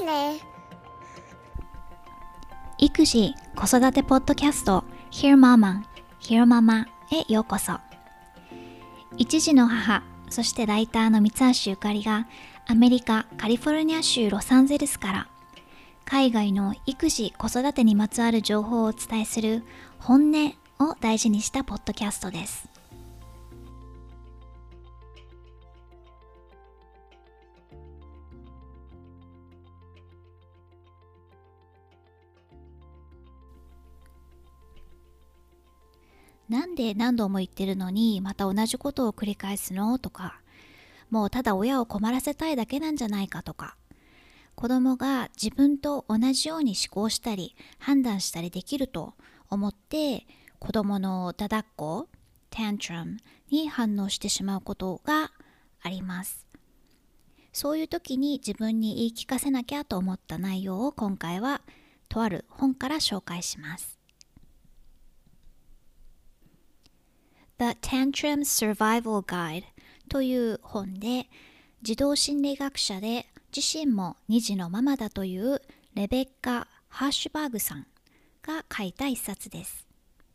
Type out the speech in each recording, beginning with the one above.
ね。 育児・子育てポッドキャスト Hear Mama, Hear Mama へようこそ。一児の母、そしてライターの三橋ゆかりがアメリカ・カリフォルニア州ロサンゼルスから海外の育児・子育てにまつわる情報をお伝えする本音を大事にしたポッドキャストです。なんで何度も言ってるのにまた同じことを繰り返すのとか、もうただ親を困らせたいだけなんじゃないかとか、子供が自分と同じように思考したり判断したりできると思って子供のだだっこ、tantrum に反応してしまうことがあります。そういう時に自分に言い聞かせなきゃと思った内容を今回はとある本から紹介します。The Tantrum Survival Guide という本で、児童心理学者で自身も2児のママだというレベッカ・ハーシュバーグさんが書いた一冊です。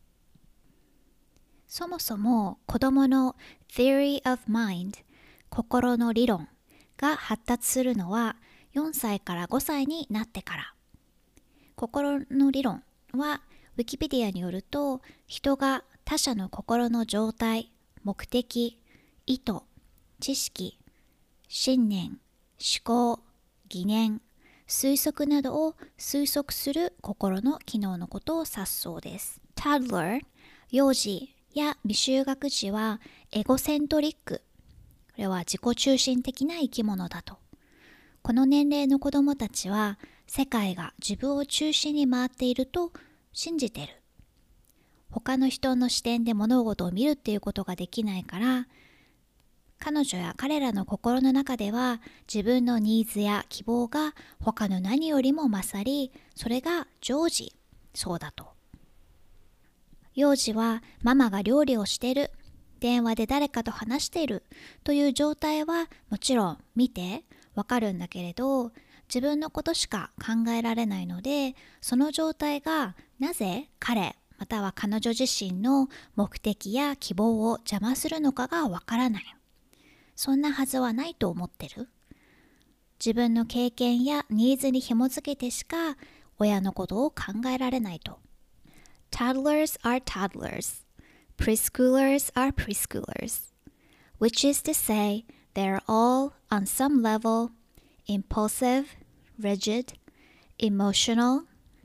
そもそも子供の Theory of Mind 心の理論が発達するのは4歳から5歳になってから。心の理論はウィキペディアによると、人が他者の心の状態、目的、意図、知識、信念、思考、疑念、推測などを推測する心の機能のことを指すそうです。Toddler、幼児や未就学児はエゴセントリック、これは自己中心的な生き物だと。この年齢の子どもたちは世界が自分を中心に回っていると信じている。他の人の視点で物事を見るっていうことができないから、彼女や彼らの心の中では自分のニーズや希望が他の何よりも勝り、それが常時そうだと。幼児はママが料理をしている、電話で誰かと話しているという状態はもちろん見てわかるんだけれど、自分のことしか考えられないので、その状態がなぜ彼または彼女自身の目的や希望を邪魔するのかがわからない。そんなはずはないと思ってる。自分の経験やニーズに紐づけてしか親のことを考えられないと。Toddlers are toddlers. Preschoolers are preschoolers. Which is to say, they're all on some level impulsive, rigid, emotional,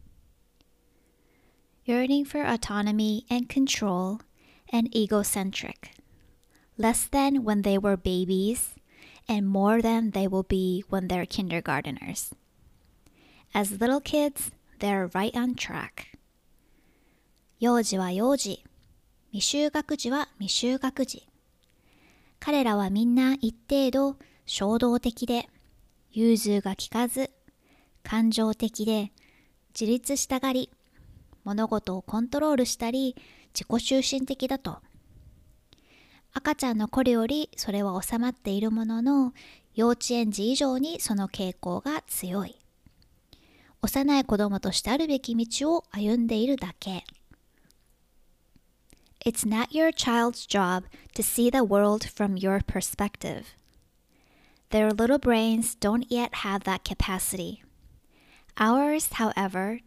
yearning for autonomy and control, and egocentric. Less than when they were babies, and more than they will be when they're kindergarteners. As little kids, they're right on track. 幼児は幼児、未就学児は未就学児。彼らはみんな一定度衝動的で、融通が利かず、感情的で、自立したがり、物事をコントロールしたり自己中心的だと。赤ちゃんの頃よりそれは収まっているものの、幼稚園児以上にその傾向が強い。幼い子供としてあるべき道を歩んでいるだけ。It's not your child's job to see the world from your perspective. Their little brains don't yet have that capacity. Ours, however,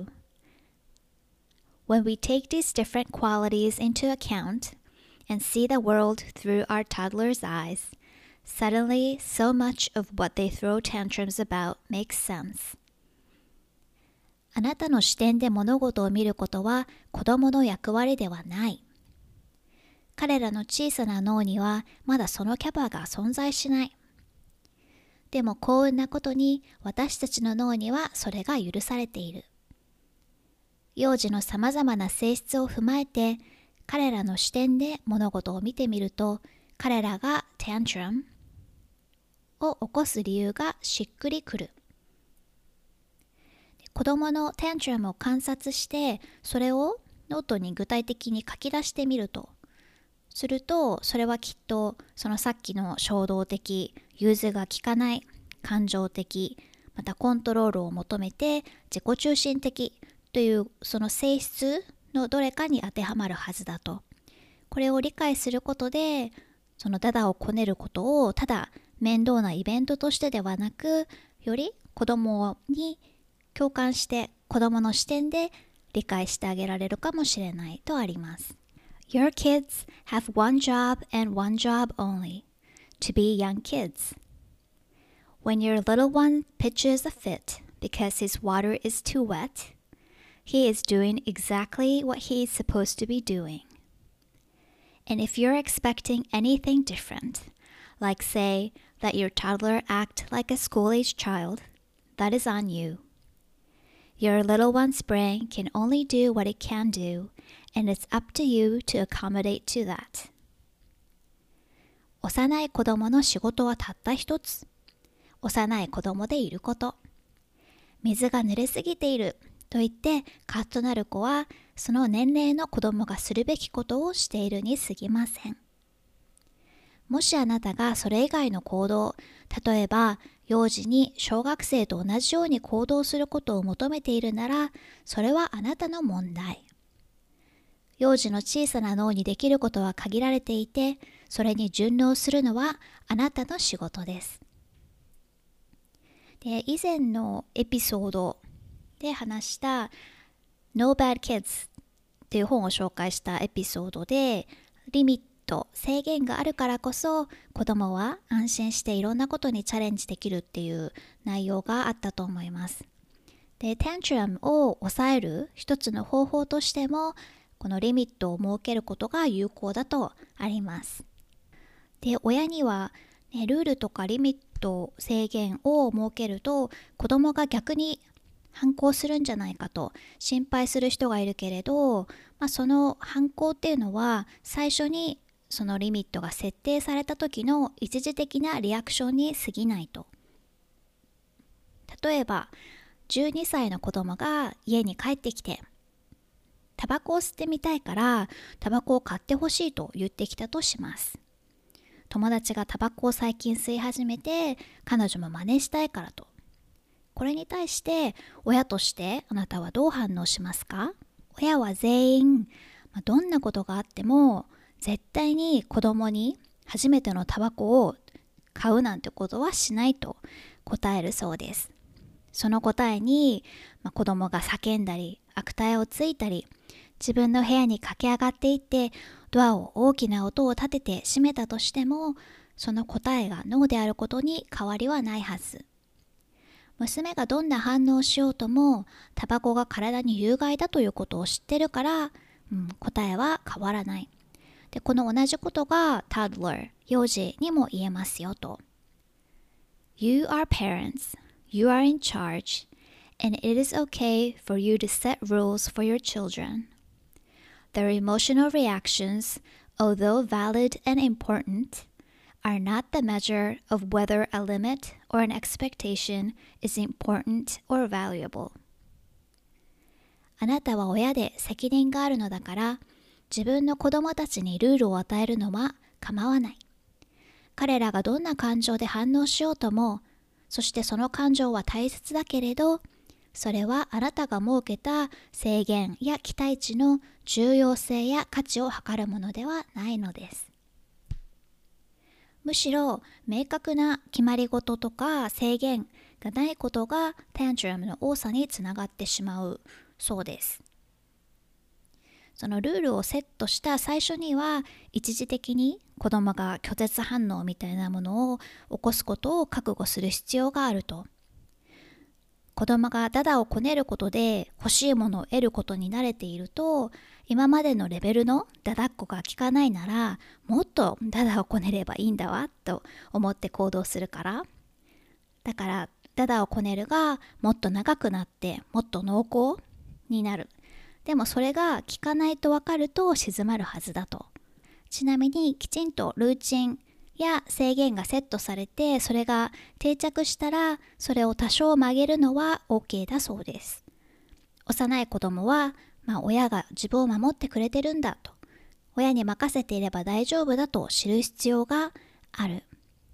do.When we take these different qualities into account and see the world through our toddler's eyes, suddenly so much of what they throw tantrums about makes sense. あなたの視点で物事を見ることは子供の役割ではない。彼らの小さな脳にはまだそのキャパが存在しない。でも幸運なことに私たちの脳にはそれが許されている。幼児のさまざまな性質を踏まえて、彼らの視点で物事を見てみると、彼らがタントラムを起こす理由がしっくりくる。子供のタントラムを観察して、それをノートに具体的に書き出してみると、すると、それはきっとそのさっきの衝動的、融通が利かない、感情的、 またコントロールを求めて自己中心的というその性質のどれかに当てはまるはずだと。これを理解することで、そのダダをこねることをただ面倒なイベントとしてではなく、より子供に共感して子供の視点で理解してあげられるかもしれないとあります。Your kids have one job and one job only, to be young kids. When your little one pitches a fit because his water is too wet, he is doing exactly what he is supposed to be doing. And if you're expecting anything different, like say that your toddler act like a school-age child, that is on you. Your little one's brain can only do what it can do, and it's up to you to accommodate to that. 幼い子供の仕事はたった一つ。幼い子供でいること。水が濡れすぎていると言ってカッとなる子は、その年齢の子供がするべきことをしているに過ぎません。もしあなたがそれ以外の行動、例えば幼児に小学生と同じように行動することを求めているなら、それはあなたの問題。幼児の小さな脳にできることは限られていて、それに順応するのはあなたの仕事です。で、以前のエピソードで話したNo Bad Kids という本を紹介したエピソードで、リミット、制限があるからこそ子供は安心していろんなことにチャレンジできるっていう内容があったと思います。で、タントラムを抑える一つの方法としても、このリミットを設けることが有効だとあります。で、親には、ルールとかリミット、制限を設けると子供が逆に反抗するんじゃないかと心配する人がいるけれど、その反抗っていうのは最初にそのリミットが設定された時の一時的なリアクションに過ぎないと。例えば12歳の子供が家に帰ってきて、タバコを吸ってみたいからタバコを買ってほしいと言ってきたとします。友達がタバコを最近吸い始めて彼女も真似したいからと。これに対して親としてあなたはどう反応しますか？親は全員、どんなことがあっても絶対に子供に初めてのタバコを買うなんてことはしないと答えるそうです。その答えに、子供が叫んだり悪態をついたり、自分の部屋に駆け上がっていってドアを大きな音を立てて閉めたとしても、その答えがノーであることに変わりはないはず。娘がどんな反応をしようともタバコが体に有害だということを知ってるから、答えは変わらない。で、この同じことがtoddler、幼児にも言えますよと。You are parents, you are in charge, and it is okay for you to set rules for your children. Their emotional reactions, although valid and important, are not the measure of whether a limit or an expectation is important or valuable. あなたは親で責任があるのだから、自分の子供たちにルールを与えるのは構わない。彼らがどんな感情で反応しようとも、そしてその感情は大切だけれど、それはあなたが設けた制限や期待値の重要性や価値を測るものではないのです。むしろ明確な決まり事とか制限がないことがタントラムの多さにつながってしまうそうです。そのルールをセットした最初には一時的に子供が拒絶反応みたいなものを起こすことを覚悟する必要があると。子供がダダをこねることで欲しいものを得ることに慣れていると、今までのレベルのダダっ子が効かないならもっとダダをこねればいいんだわと思って行動するから。だからダダをこねるがもっと長くなってもっと濃厚になる。でもそれが効かないと分かると静まるはずだと。ちなみにきちんとルーチンや制限がセットされてそれが定着したら、それを多少曲げるのは OK だそうです。幼い子供は、親が自分を守ってくれてるんだと、親に任せていれば大丈夫だと知る必要がある。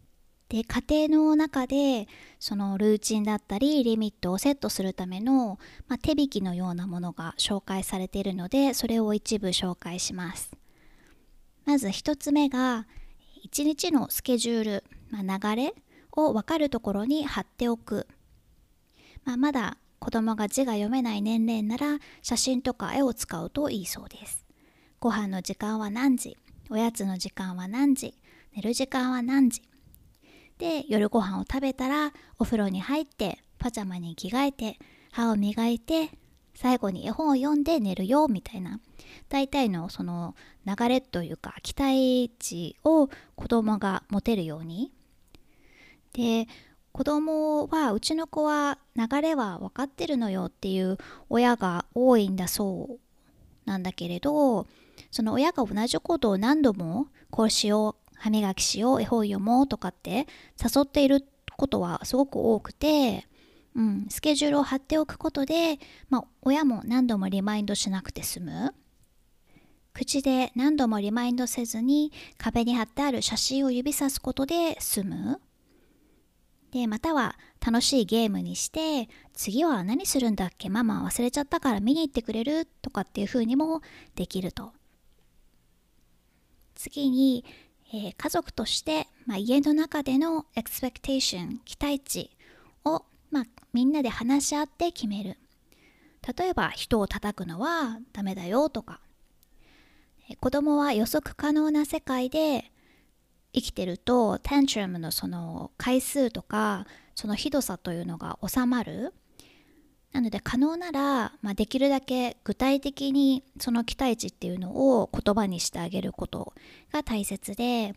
で、家庭の中でそのルーチンだったりリミットをセットするための、手引きのようなものが紹介されているので、それを一部紹介します。まず一つ目が一日のスケジュール、流れを分かるところに貼っておく。まだ子供が字が読めない年齢なら写真とか絵を使うといいそうです。ご飯の時間は何時、おやつの時間は何時、寝る時間は何時。で、夜ご飯を食べたらお風呂に入ってパジャマに着替えて歯を磨いて最後に絵本を読んで寝るよみたいな、大体のその流れというか期待値を子供が持てるように。で、子供はうちの子は流れは分かってるのよっていう親が多いんだそうなんだけれど、その親が同じことを何度もこうしよう、歯磨きしよう、絵本読もうとかって誘っていることはすごく多くて、スケジュールを貼っておくことで、親も何度もリマインドしなくて済む。口で何度もリマインドせずに壁に貼ってある写真を指さすことで済む。で、または楽しいゲームにして、次は何するんだっけ、ママ忘れちゃったから見に行ってくれるとかっていう風にもできると。次に、家族として、家の中でのエクスペクテーション、期待値を、みんなで話し合って決める。例えば人を叩くのはダメだよとか、子供は予測可能な世界で生きてるとタントラムのその回数とかそのひどさというのが収まる。なので可能なら、できるだけ具体的にその期待値っていうのを言葉にしてあげることが大切で、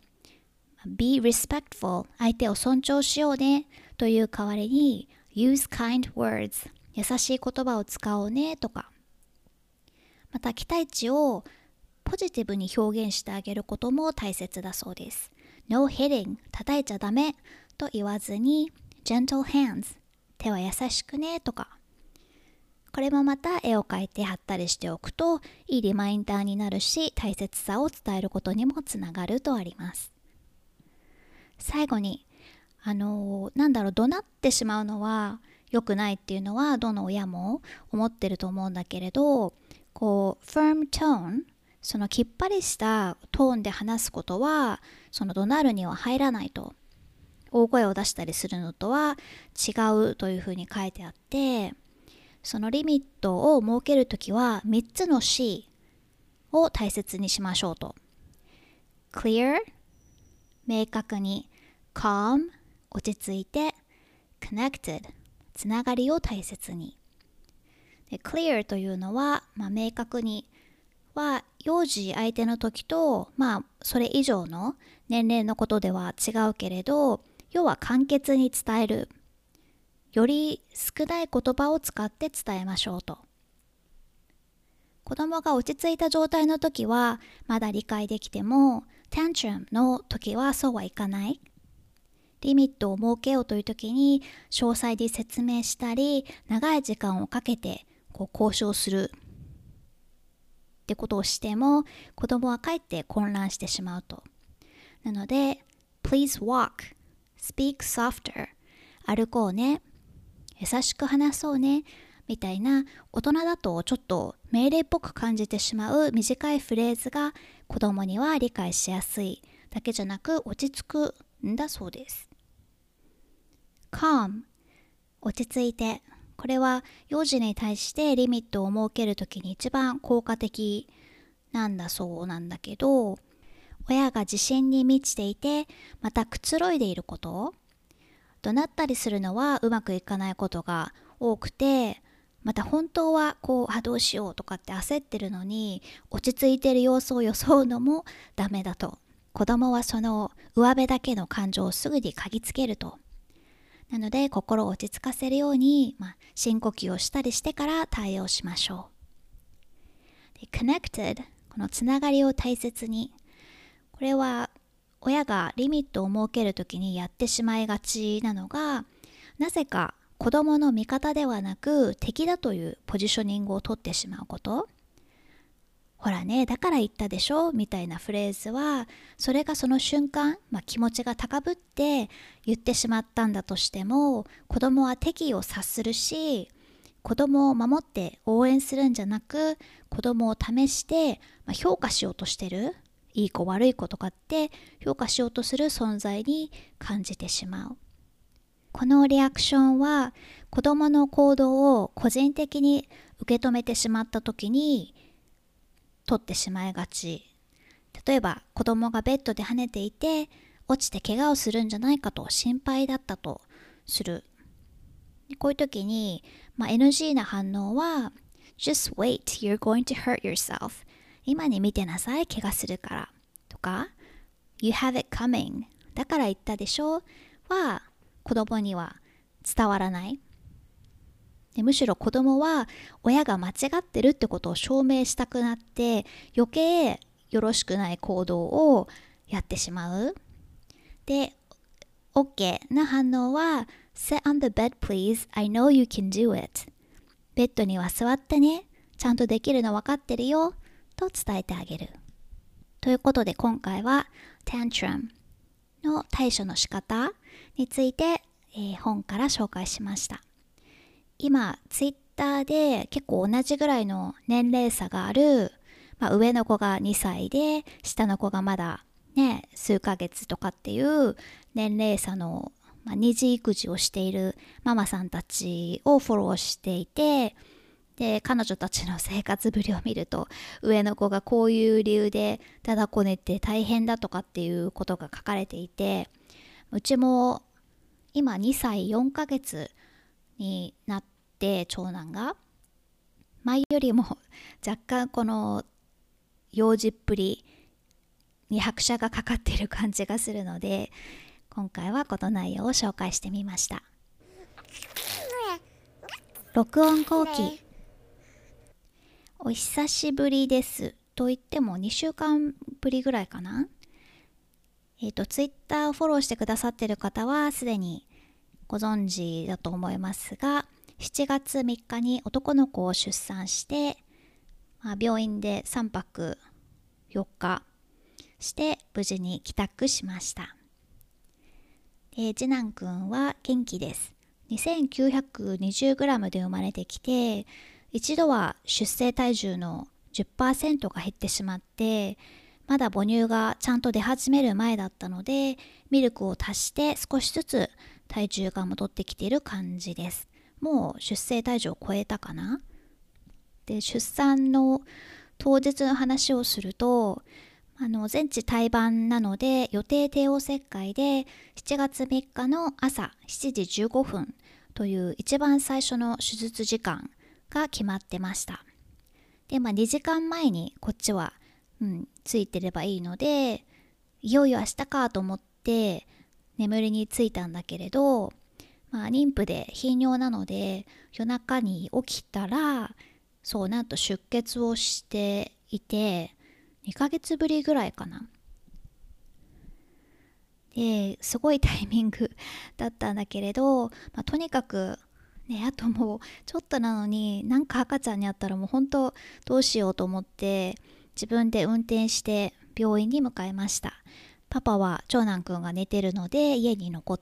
Be respectful、 相手を尊重しようねという代わりに Use kind words、 優しい言葉を使おうねとか、また期待値をポジティブに表現してあげることも大切だそうです。 No hitting、 叩いちゃダメと言わずに Gentle hands、 手は優しくねとか、これもまた絵を描いて貼ったりしておくといいリマインダーになるし、大切さを伝えることにもつながるとあります。最後に怒鳴ってしまうのは良くないっていうのはどの親も思ってると思うんだけれど、firm tone、 そのきっぱりしたトーンで話すことはその怒鳴るには入らないと。大声を出したりするのとは違うというふうに書いてあって、そのリミットを設けるときは3つの C を大切にしましょうと。 Clear、 明確に、 Calm、 落ち着いて、 Connected、 つながりを大切に。で Clear というのは、明確には幼児相手の時とそれ以上の年齢のことでは違うけれど、要は簡潔に伝える、より少ない言葉を使って伝えましょうと。子供が落ち着いた状態の時はまだ理解できても、タントラムの時はそうはいかない。リミットを設けようという時に詳細に説明したり、長い時間をかけて交渉するってことをしても、子供はかえって混乱してしまうと。なので Please walk、 Speak softer、 歩こうね、優しく話そうねみたいな、大人だとちょっと命令っぽく感じてしまう短いフレーズが子供には理解しやすいだけじゃなく落ち着くんだそうです。 Calm、 落ち着いて、これは幼児に対してリミットを設けるときに一番効果的なんだそうなんだけど、親が自信に満ちていてまたくつろいでいること、怒鳴ったりするのはうまくいかないことが多くて、また本当はどうしようとかって焦ってるのに落ち着いている様子を装うのもダメだと。子供はその上辺だけの感情をすぐに嗅ぎつけると。なので心を落ち着かせるように、深呼吸をしたりしてから対応しましょう。で Connected、 このつながりを大切に。これは親がリミットを設けるときにやってしまいがちなのが、なぜか子供の味方ではなく敵だというポジショニングを取ってしまうこと。 ほらね、だから言ったでしょみたいなフレーズは、それがその瞬間、気持ちが高ぶって言ってしまったんだとしても、子供は敵意を察するし、子供を守って応援するんじゃなく、子供を試して、評価しようとしてる、いい子悪い子とかって評価しようとする存在に感じてしまう。このリアクションは子供の行動を個人的に受け止めてしまった時に取ってしまいがち。例えば子供がベッドで跳ねていて落ちて怪我をするんじゃないかと心配だったとする。こういう時に、NG な反応は Just wait, you're going to hurt yourself. 今に見てなさい、怪我するから。とか You have it coming. だから言ったでしょは子供には伝わらない。でむしろ子供は親が間違ってるってことを証明したくなって余計よろしくない行動をやってしまう。で、OK な反応は Sit on the bed please, I know you can do it. ベッドには座ってね、ちゃんとできるの分かってるよと伝えてあげる。ということで今回は Tantrum の対処の仕方について、本から紹介しました。今ツイッターで結構同じぐらいの年齢差がある、上の子が2歳で下の子がまだね数ヶ月とかっていう年齢差の、二次育児をしているママさんたちをフォローしていて、で彼女たちの生活ぶりを見ると上の子がこういう理由でだだこねて大変だとかっていうことが書かれていて、うちも今2歳4ヶ月になって長男が前よりも若干この幼児っぷりに拍車がかかっている感じがするので、今回はこの内容を紹介してみました。録音後期。お久しぶりですと言っても2週間ぶりぐらいかな。ツイッターをフォローしてくださっている方はすでにご存知だと思いますが、7月3日に男の子を出産して、病院で3泊4日して無事に帰宅しました。次男くんは元気です。2920g で生まれてきて、一度は出生体重の 10% が減ってしまって、まだ母乳がちゃんと出始める前だったので、ミルクを足して少しずつ体重が戻ってきている感じです。もう出生体重を超えたかな。で、出産の当日の話をすると、全治胎盤なので予定帝王切開で7月3日の朝7時15分という一番最初の手術時間が決まってました。で、2時間前にこっちは、ついてればいいので、いよいよ明日かと思って眠りについたんだけれど、妊婦で頻尿なので夜中に起きたら、なんと出血をしていて、2ヶ月ぶりぐらいかな。ですごいタイミングだったんだけれど、とにかくね、あともうちょっとなのになんか赤ちゃんに会ったらもう本当どうしようと思って自分で運転して病院に向かいました。パパは長男くんが寝てるので家に残って、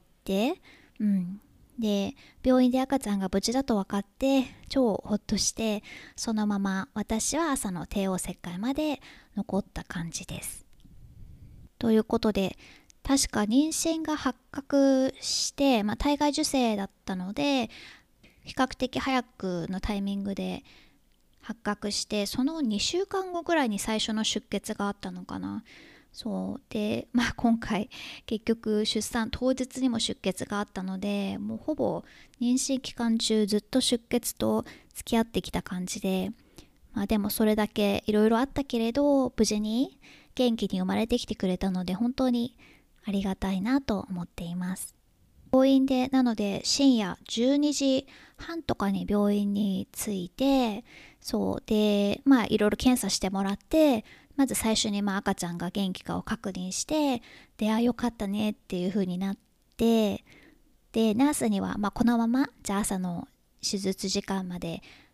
で病院で赤ちゃんが無事だと分かって超ほっとして、そのまま私は朝の帝王切開まで残った感じです。ということで、確か妊娠が発覚して、体外受精だったので比較的早くのタイミングで発覚して、その2週間後ぐらいに最初の出血があったのかな。で、今回結局出産当日にも出血があったので、もうほぼ妊娠期間中ずっと出血と付き合ってきた感じで、でもそれだけいろいろあったけれど無事に元気に生まれてきてくれたので本当にありがたいなと思っています。病院で、なので深夜12時半とかに病院に着いて、でいろいろ検査してもらって、まず最初に赤ちゃんが元気かを確認して、でよかったねっていう風になって、でナースにはこのままじゃあ朝の手術時間まで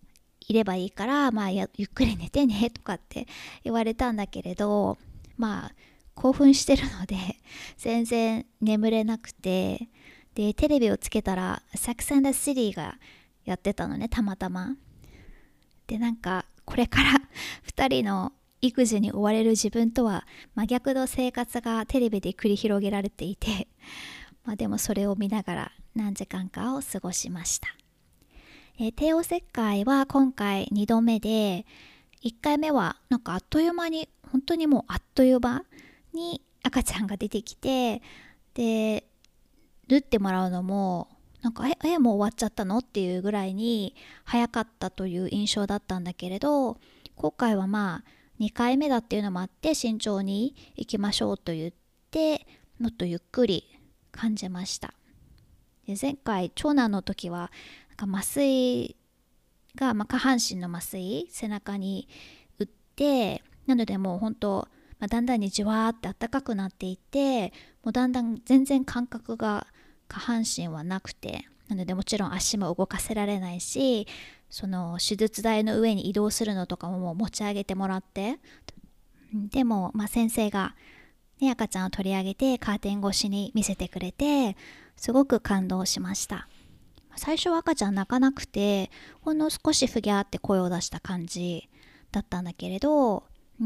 いればいいから、ゆっくり寝てねとかって言われたんだけれど、興奮してるので全然眠れなくて、でテレビをつけたらセックス&ザ・シティがやってたのね、たまたま。でなんかこれから2人の育児に追われる自分とは真逆の生活がテレビで繰り広げられていて、でもそれを見ながら何時間かを過ごしました。帝王切開は今回2度目で、1回目はなんかあっという間に、本当にもうあっという間に赤ちゃんが出てきて、で縫ってもらうのもなんかもう終わっちゃったのっていうぐらいに早かったという印象だったんだけれど、今回は2回目だっていうのもあって慎重に行きましょうと言って、もっとゆっくり感じました。で前回長男の時はなんか麻酔が、下半身の麻酔背中に打って、なのでもう本当、だんだんにじわーって暖かくなっていって、もうだんだん全然感覚が下半身はなくて、なのでもちろん足も動かせられないし、その手術台の上に移動するのとかももう持ち上げてもらって、でも先生が、赤ちゃんを取り上げてカーテン越しに見せてくれて、すごく感動しました。最初は赤ちゃん泣かなくて、ほんの少しふぎゃーって声を出した感じだったんだけれど、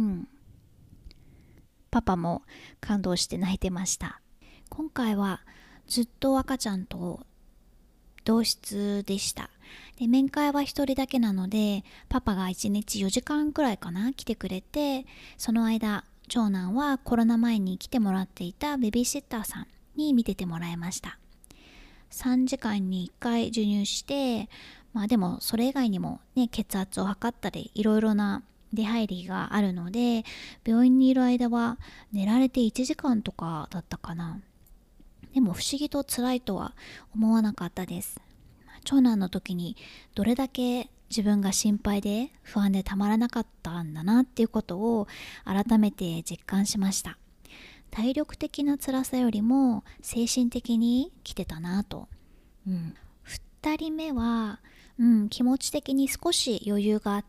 パパも感動して泣いてました。今回はずっと赤ちゃんと同室でした。で面会は一人だけなので、パパが1日4時間くらいかな来てくれて、その間長男はコロナ前に来てもらっていたベビーシッターさんに見ててもらいました。3時間に1回授乳して、でもそれ以外にもね、血圧を測ったりいろいろな出入りがあるので、病院にいる間は寝られて1時間とかだったかな。でも不思議と辛いとは思わなかったです。長男の時にどれだけ自分が心配で不安でたまらなかったんだなっていうことを改めて実感しました。体力的な辛さよりも精神的に来てたなと。2人目は、気持ち的に少し余裕があって、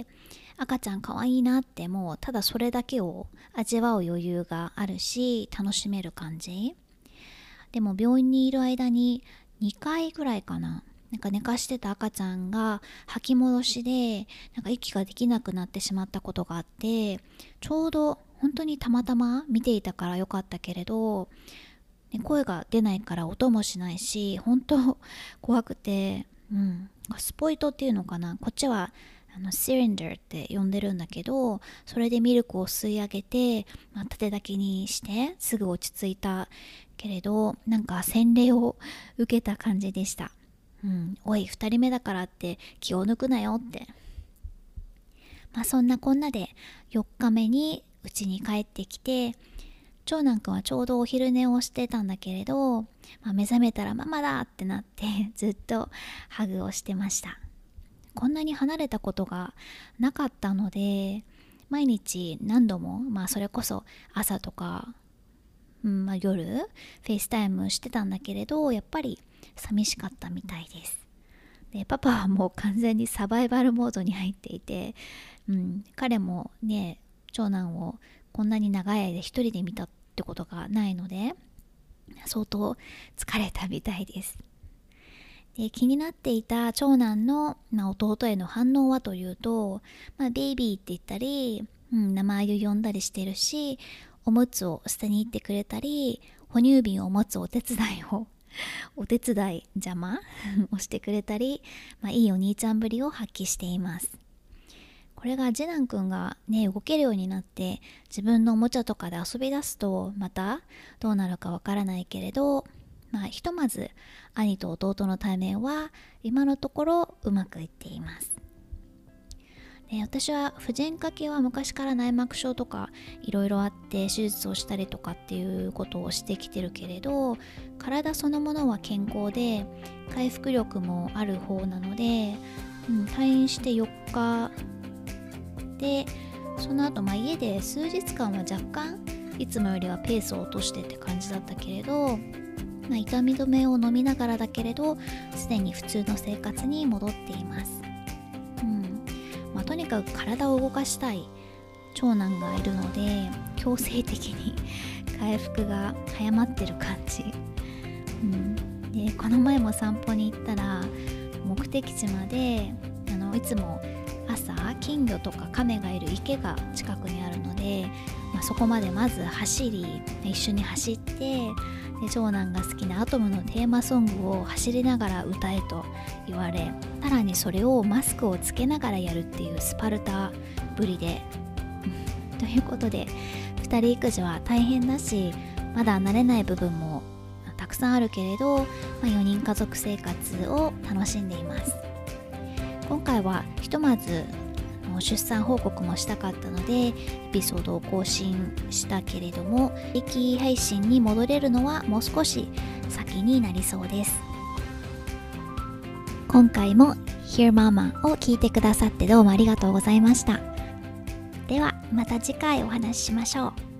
赤ちゃん可愛いなって、もうただそれだけを味わう余裕があるし、楽しめる感じ。でも病院にいる間に2回ぐらいかな、なんか寝かしてた赤ちゃんが吐き戻しでなんか息ができなくなってしまったことがあって、ちょうど本当にたまたま見ていたからよかったけれど、声が出ないから音もしないし、本当怖くて、スポイトっていうのかな、こっちはシリンダーって呼んでるんだけど、それでミルクを吸い上げて、立てだけにしてすぐ落ち着いたけれど、なんか洗礼を受けた感じでした。おい2人目だからって気を抜くなよって。そんなこんなで4日目に家に帰ってきて、長男くんはちょうどお昼寝をしてたんだけれど、目覚めたらママだってなってずっとハグをしてました。こんなに離れたことがなかったので、毎日何度も、それこそ朝とか、夜フェイスタイムしてたんだけれど、やっぱり寂しかったみたいです。でパパはもう完全にサバイバルモードに入っていて、彼もね、長男をこんなに長い間一人で見たってことがないので、相当疲れたみたいです。で気になっていた長男の、弟への反応はというと、ベイビーって言ったり、名前を呼んだりしてるし、おむつを捨てに行ってくれたり、哺乳瓶を持つお手伝い邪魔をしてくれたり、いいお兄ちゃんぶりを発揮しています。これが次男くんがね、動けるようになって自分のおもちゃとかで遊び出すとまたどうなるかわからないけれど、ひとまず兄と弟の対面は今のところうまくいっています。で私は婦人科系は昔から内膜症とかいろいろあって手術をしたりとかっていうことをしてきてるけれど、体そのものは健康で回復力もある方なので、退院して4日で、その後家で数日間は若干いつもよりはペースを落としてって感じだったけれど、痛み止めを飲みながらだけれどすでに普通の生活に戻っています。 かく体を動かしたい長男がいるので、強制的に回復が早まってる感じ、でこの前も散歩に行ったら、目的地までいつも朝金魚とか亀がいる池が近くにあるので、そこまでまず一緒に走って、で長男が好きなアトムのテーマソングを走りながら歌えと言われ、さらにそれをマスクをつけながらやるっていうスパルタぶりでということで、2人育児は大変だし、まだ慣れない部分もたくさんあるけれど、4人家族生活を楽しんでいます。今回はひとまず出産報告もしたかったのでエピソードを更新したけれども、定期配信に戻れるのはもう少し先になりそうです。今回も Hear Mama を聞いてくださってどうもありがとうございました。ではまた次回お話ししましょう。